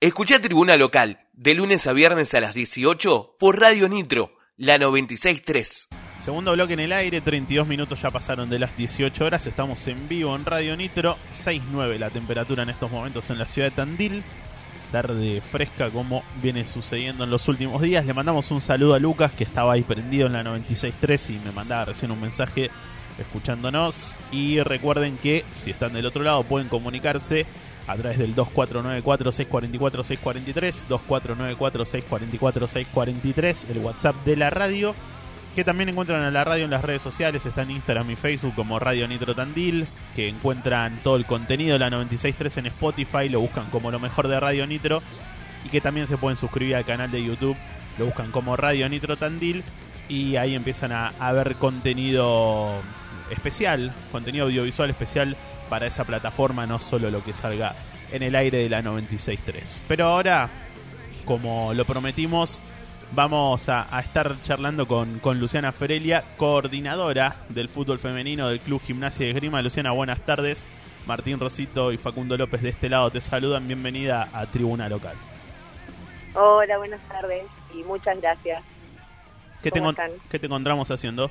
Escuchá Tribuna Local, de lunes a viernes a las 18 por Radio Nitro, la 96.3. Segundo bloque en el aire, 32 minutos ya pasaron de las 18 horas. Estamos en vivo en Radio Nitro, 6.9 la temperatura en estos momentos en la ciudad de Tandil. Tarde fresca como viene sucediendo en los últimos días. Le mandamos un saludo a Lucas, que estaba ahí prendido en la 96.3 y me mandaba recién un mensaje escuchándonos. Y recuerden que si están del otro lado pueden comunicarse a través del 2494-644-643, 2494-644-643, el WhatsApp de la radio, que también encuentran a la radio en las redes sociales. Está en Instagram y Facebook como Radio Nitro Tandil, que encuentran todo el contenido de la 96.3 en Spotify, lo buscan como lo mejor de Radio Nitro, y que también se pueden suscribir al canal de YouTube, lo buscan como Radio Nitro Tandil, y ahí empiezan a ver contenido especial, contenido audiovisual especial para esa plataforma, no solo lo que salga en el aire de la 96.3. Pero ahora, como lo prometimos, vamos a estar charlando con Luciana Ferelia, coordinadora del fútbol femenino del Club Gimnasia de Esgrima. Luciana, buenas tardes. Martín Rosito y Facundo López de este lado te saludan. Bienvenida a Tribuna Local. Hola, buenas tardes y muchas gracias. ¿Qué te encontramos haciendo?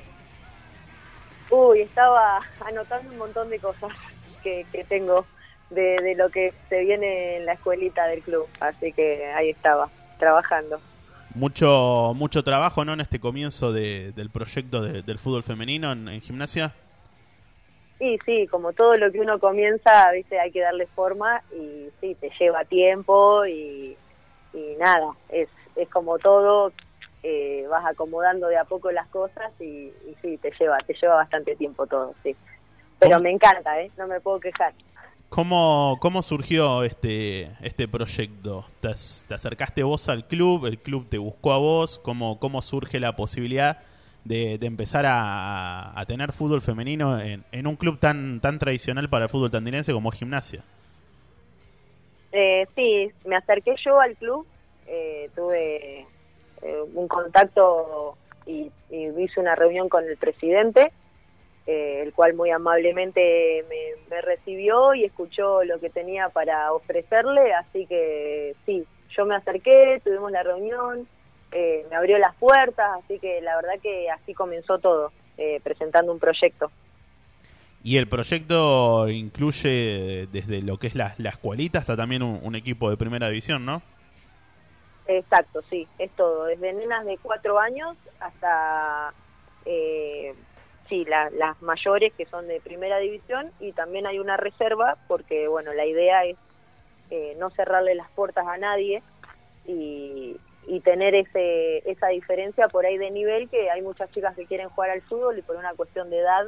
Estaba anotando un montón de cosas que tengo de lo que se viene en la escuelita del club, así que ahí estaba, trabajando. Mucho trabajo, ¿no?, en este comienzo del proyecto del fútbol femenino en gimnasia. Y sí, como todo lo que uno comienza, ¿viste? Hay que darle forma y sí, te lleva tiempo y nada, es como todo, vas acomodando de a poco las cosas y sí, te lleva bastante tiempo todo, sí. Pero me encanta, no me puedo quejar. ¿Cómo surgió este proyecto? ¿Te acercaste vos al club? ¿El club te buscó a vos? ¿Cómo surge la posibilidad de empezar a tener fútbol femenino en un club tan tradicional para el fútbol tandilense como Gimnasia? Sí, me acerqué yo al club, tuve un contacto y hice una reunión con el presidente, el cual muy amablemente me recibió y escuchó lo que tenía para ofrecerle, así que sí, yo me acerqué, tuvimos la reunión, me abrió las puertas, así que la verdad que así comenzó todo, presentando un proyecto. Y el proyecto incluye desde lo que es la escuelita hasta también un equipo de primera división, ¿no? Exacto, sí, es todo, desde nenas de 4 años hasta... sí, las mayores que son de primera división, y también hay una reserva porque, bueno, la idea es no cerrarle las puertas a nadie y tener esa diferencia por ahí de nivel, que hay muchas chicas que quieren jugar al fútbol y por una cuestión de edad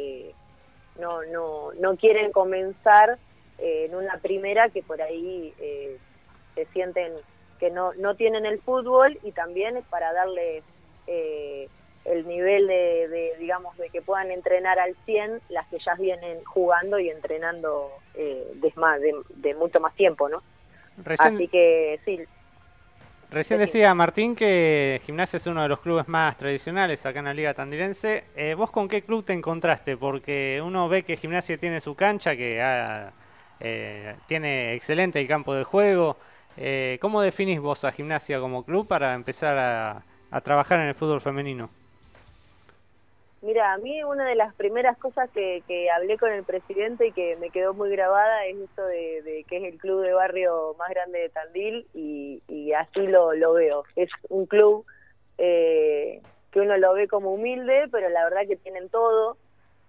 no quieren comenzar en una primera, que por ahí se sienten que no tienen el fútbol, y también es para darles... el nivel de digamos, de que puedan entrenar al 100 las que ya vienen jugando y entrenando de mucho más tiempo, ¿no? Así que sí. Recién decía Martín que Gimnasia es uno de los clubes más tradicionales acá en la Liga Tandilense. ¿Vos con qué club te encontraste? Porque uno ve que Gimnasia tiene su cancha, que tiene excelente el campo de juego. ¿Cómo definís vos a Gimnasia como club para empezar a trabajar en el fútbol femenino? Mira, a mí una de las primeras cosas que hablé con el presidente y que me quedó muy grabada es eso de que es el club de barrio más grande de Tandil, y así lo veo. Es un club que uno lo ve como humilde, pero la verdad que tienen todo,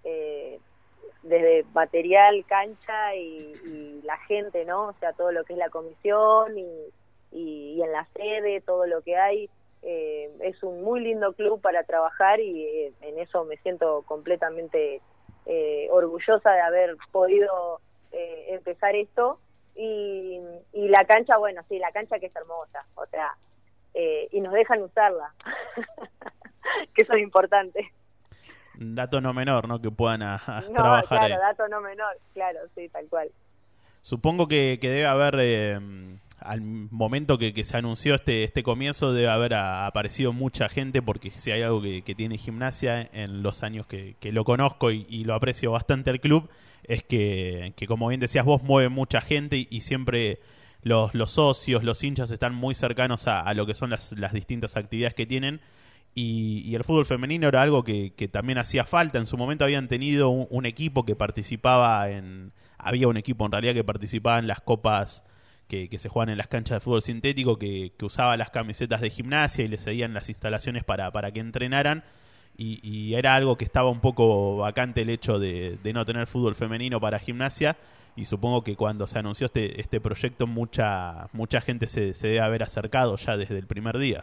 desde material, cancha y la gente, ¿no? O sea, todo lo que es la comisión y en la sede, todo lo que hay. Es un muy lindo club para trabajar y en eso me siento completamente orgullosa de haber podido empezar esto, y la cancha, bueno, sí, la cancha que es hermosa, o sea, y nos dejan usarla que eso es importante. Dato no menor, ¿no?, que puedan trabajar claro, ahí. dato no menor, claro, sí, tal cual. Supongo que debe haber al momento que se anunció este comienzo, debe haber aparecido mucha gente, porque si hay algo que tiene Gimnasia en los años que lo conozco y lo aprecio bastante al club, es que como bien decías vos, mueve mucha gente y siempre los socios, los hinchas están muy cercanos a lo que son las distintas actividades que tienen. Y el fútbol femenino era algo que también hacía falta. En su momento habían tenido un equipo que participaba había un equipo en realidad que participaba en las copas que se juegan en las canchas de fútbol sintético, que usaba las camisetas de Gimnasia y le cedían las instalaciones para que entrenaran. Y era algo que estaba un poco vacante el hecho de no tener fútbol femenino para Gimnasia. Y supongo que cuando se anunció este proyecto mucha gente se debe haber acercado ya desde el primer día.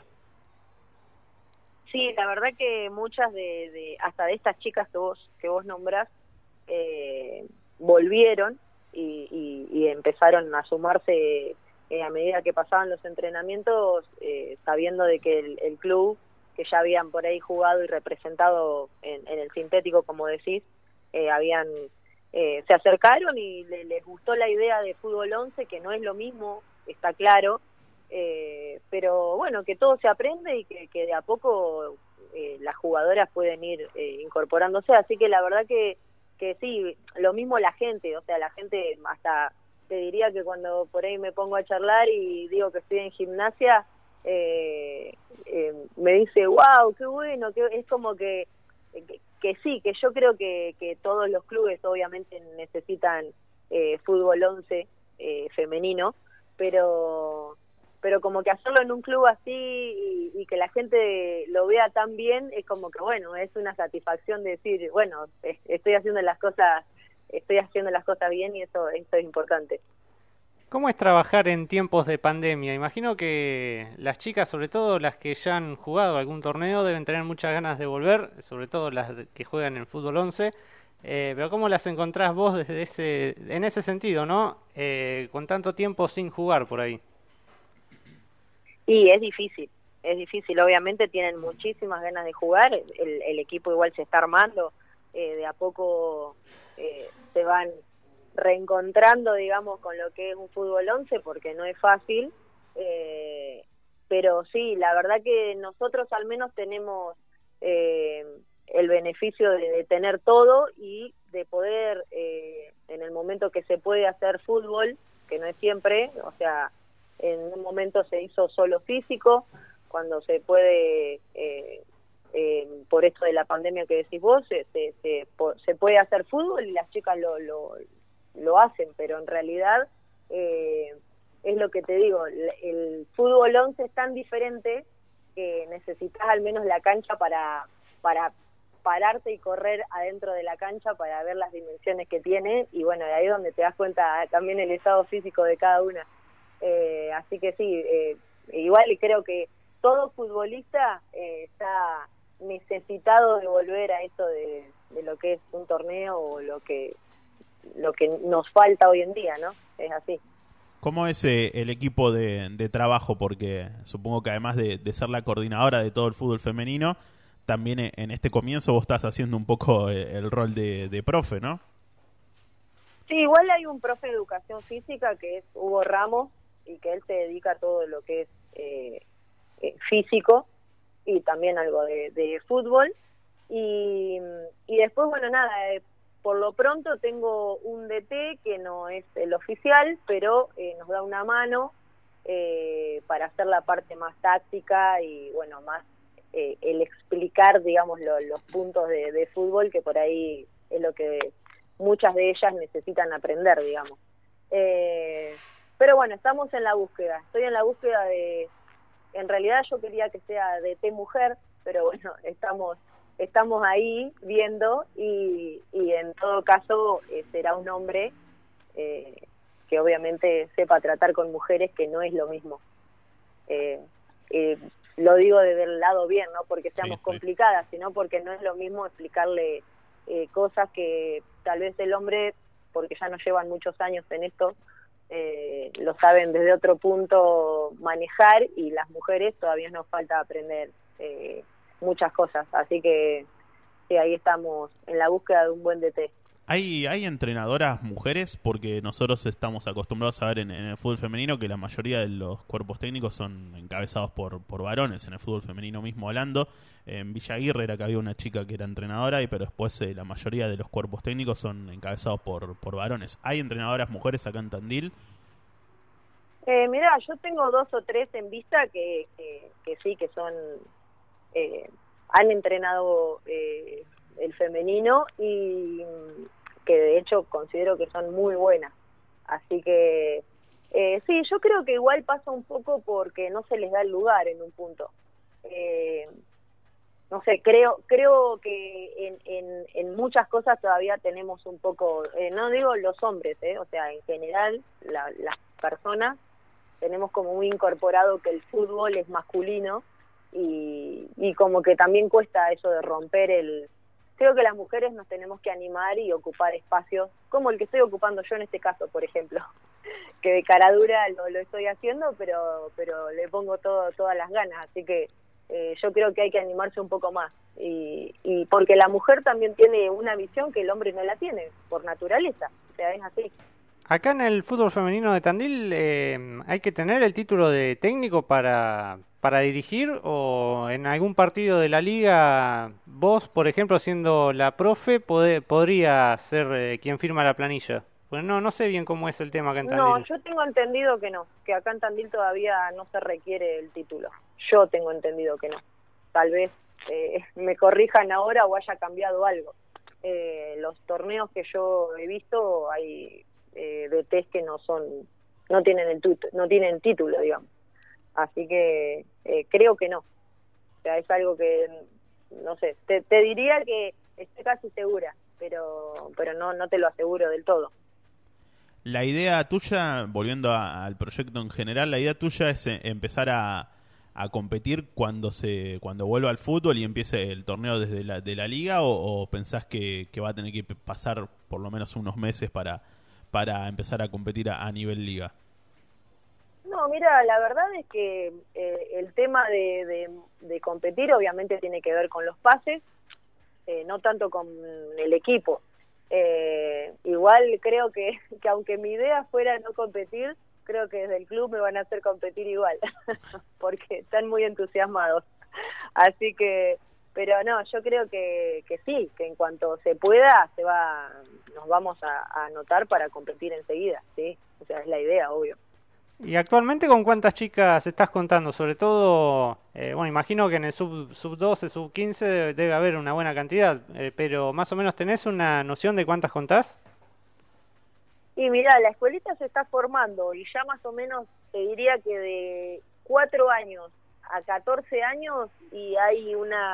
Sí, la verdad que muchas hasta de estas chicas que vos nombrás volvieron y empezaron a sumarse a medida que pasaban los entrenamientos, sabiendo de que el club, que ya habían por ahí jugado y representado en el sintético, como decís, se acercaron y les gustó la idea de fútbol 11, que no es lo mismo, está claro, pero bueno, que todo se aprende y que de a poco las jugadoras pueden ir incorporándose, así que la verdad que sí, lo mismo la gente, o sea, la gente hasta te diría que cuando por ahí me pongo a charlar y digo que estoy en Gimnasia, me dice, wow, qué bueno, es como que sí, que yo creo que todos los clubes obviamente necesitan fútbol 11 femenino, pero como que hacerlo en un club así y que la gente lo vea tan bien, es como que bueno, es una satisfacción de decir, bueno, estoy haciendo las cosas bien, y eso es importante. ¿Cómo es trabajar en tiempos de pandemia? Imagino que las chicas, sobre todo las que ya han jugado algún torneo, deben tener muchas ganas de volver, sobre todo las que juegan en fútbol 11. Pero ¿cómo las encontrás vos en ese sentido, no? Con tanto tiempo sin jugar por ahí. Y es difícil, obviamente tienen muchísimas ganas de jugar, el equipo igual se está armando, de a poco se van reencontrando, digamos, con lo que es un fútbol 11, porque no es fácil, pero sí, la verdad que nosotros al menos tenemos el beneficio de tener todo y de poder, en el momento que se puede hacer fútbol, que no es siempre, o sea, en un momento se hizo solo físico, cuando se puede, por esto de la pandemia que decís vos, se puede hacer fútbol y las chicas lo hacen, pero en realidad es lo que te digo, el fútbol 11 es tan diferente que necesitas al menos la cancha para pararte y correr adentro de la cancha para ver las dimensiones que tiene, y bueno, de ahí es donde te das cuenta también el estado físico de cada una. Así que sí, igual creo que todo futbolista está necesitado de volver a esto de lo que es un torneo o lo que nos falta hoy en día, ¿no? Es así. ¿Cómo es el equipo de trabajo? Porque supongo que además de ser la coordinadora de todo el fútbol femenino, también en este comienzo vos estás haciendo un poco el rol de profe, ¿no? Sí, igual hay un profe de educación física que es Hugo Ramos, y que él se dedica a todo lo que es físico y también algo de fútbol. Y después, bueno, nada, por lo pronto tengo un DT que no es el oficial, pero nos da una mano para hacer la parte más táctica y, bueno, más el explicar, digamos, los puntos de fútbol, que por ahí es lo que muchas de ellas necesitan aprender, digamos. Pero bueno, estamos en la búsqueda. Estoy en la búsqueda en realidad yo quería que sea DT mujer, pero bueno, estamos ahí viendo y en todo caso será un hombre que obviamente sepa tratar con mujeres, que no es lo mismo. Lo digo desde el lado bien, no porque seamos complicadas, sino porque no es lo mismo explicarle cosas que tal vez el hombre, porque ya nos llevan muchos años en esto, lo saben desde otro punto manejar, y las mujeres todavía nos falta aprender muchas cosas, así que sí, ahí estamos en la búsqueda de un buen DT. ¿Hay entrenadoras mujeres? Porque nosotros estamos acostumbrados a ver en el fútbol femenino que la mayoría de los cuerpos técnicos son encabezados por varones, en el fútbol femenino mismo hablando. En Villa Aguirre era que había una chica que era entrenadora, pero después la mayoría de los cuerpos técnicos son encabezados por varones. ¿Hay entrenadoras mujeres acá en Tandil? Mirá, yo tengo 2 o 3 en vista que sí, que son, han entrenado el femenino y que de hecho considero que son muy buenas. Así que sí, yo creo que igual pasa un poco porque no se les da el lugar en un punto. No sé, creo que en muchas cosas todavía tenemos un poco, no digo los hombres, o sea, en general las personas tenemos como muy incorporado que el fútbol es masculino y como que también cuesta eso de romper creo que las mujeres nos tenemos que animar y ocupar espacios como el que estoy ocupando yo en este caso, por ejemplo, que de cara dura lo estoy haciendo, pero le pongo todas las ganas, así que yo creo que hay que animarse un poco más y porque la mujer también tiene una visión que el hombre no la tiene por naturaleza, o sea, es así. Acá en el fútbol femenino de Tandil hay que tener el título de técnico para dirigir, o en algún partido de la liga vos, por ejemplo, siendo la profe, podría ser quien firma la planilla. Pues no sé bien cómo es el tema acá en Tandil. No, yo tengo entendido que no, que acá en Tandil todavía no se requiere el título. Yo tengo entendido que no. Tal vez me corrijan ahora o haya cambiado algo. Los torneos que yo he visto hay DTs que no tienen título, digamos. Así que creo que no. O sea, es algo que, no sé, te diría que estoy casi segura, pero no te lo aseguro del todo. La idea tuya, volviendo al proyecto en general, la idea tuya es empezar a competir cuando vuelva al fútbol y empiece el torneo desde de la liga, o pensás que va a tener que pasar por lo menos unos meses para empezar a competir a nivel liga? No, mira, la verdad es que el tema de competir obviamente tiene que ver con los pases, no tanto con el equipo. Igual creo que aunque mi idea fuera no competir, creo que desde el club me van a hacer competir igual, porque están muy entusiasmados. Así que, pero no, yo creo que sí, que en cuanto se pueda, nos vamos a anotar para competir enseguida, ¿sí? O sea, es la idea, obvio. ¿Y actualmente con cuántas chicas estás contando? Sobre todo, bueno, imagino que en el sub 12, sub 15 debe haber una buena cantidad, pero más o menos ¿tenés una noción de cuántas contás? Y mirá, la escuelita se está formando y ya más o menos te diría que de 4 años a 14 años y hay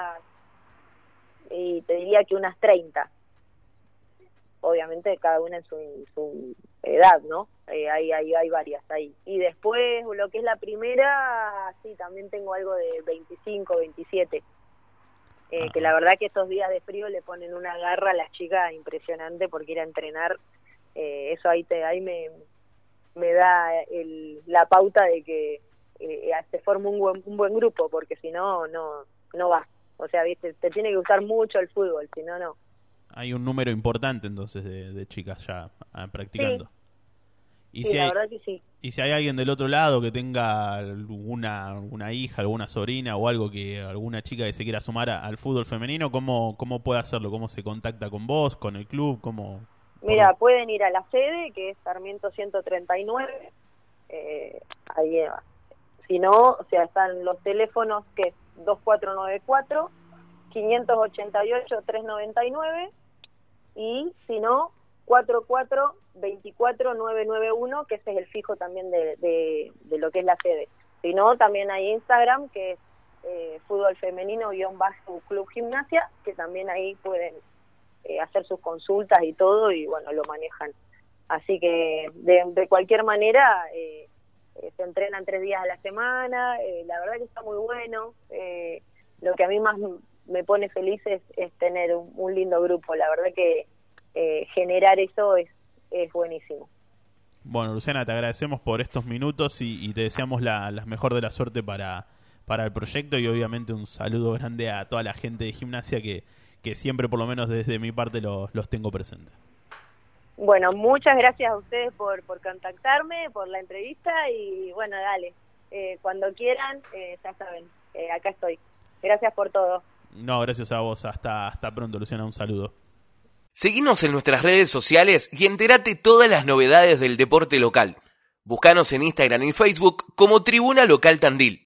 te diría que unas 30. Obviamente cada una en su edad, ¿no? Hay varias ahí. Y después lo que es la primera, sí, también tengo algo de 25, 27. Que la verdad que estos días de frío le ponen una garra a las chicas impresionante porque ir a entrenar, eso ahí me da la pauta de que se forme un buen grupo, porque si no va. O sea, ¿viste? Te tiene que gustar mucho el fútbol, si no. Hay un número importante entonces de chicas ya practicando. Sí. Y sí, la verdad que sí. Y si hay alguien del otro lado que tenga alguna hija, alguna sobrina o alguna chica que se quiera sumar al fútbol femenino, ¿cómo puede hacerlo? ¿Cómo se contacta con vos, con el club? Mira, pueden ir a la sede, que es Sarmiento 139. Ahí, si no, o sea, están los teléfonos que es 2494 588 399 y si no 44-24-991, que ese es el fijo también de lo que es la sede. Si no, también hay Instagram, que es fútbol femenino _club gimnasia, que también ahí pueden hacer sus consultas y todo, y bueno, lo manejan. Así que de cualquier manera se entrenan 3 días a la semana, la verdad que está muy bueno. Lo que a mí más me pone feliz es tener un lindo grupo, la verdad que generar eso es buenísimo. Bueno, Luciana, te agradecemos por estos minutos y te deseamos la mejor de la suerte para el proyecto, y obviamente un saludo grande a toda la gente de Gimnasia que siempre, por lo menos desde mi parte, los tengo presentes. Bueno, muchas gracias a ustedes por contactarme, por la entrevista, y bueno, dale, cuando quieran, ya saben, acá estoy. Gracias por todo. No, gracias a vos. Hasta pronto, Luciana, un saludo. Seguinos en nuestras redes sociales y entérate todas las novedades del deporte local. Búscanos en Instagram y Facebook como Tribuna Local Tandil.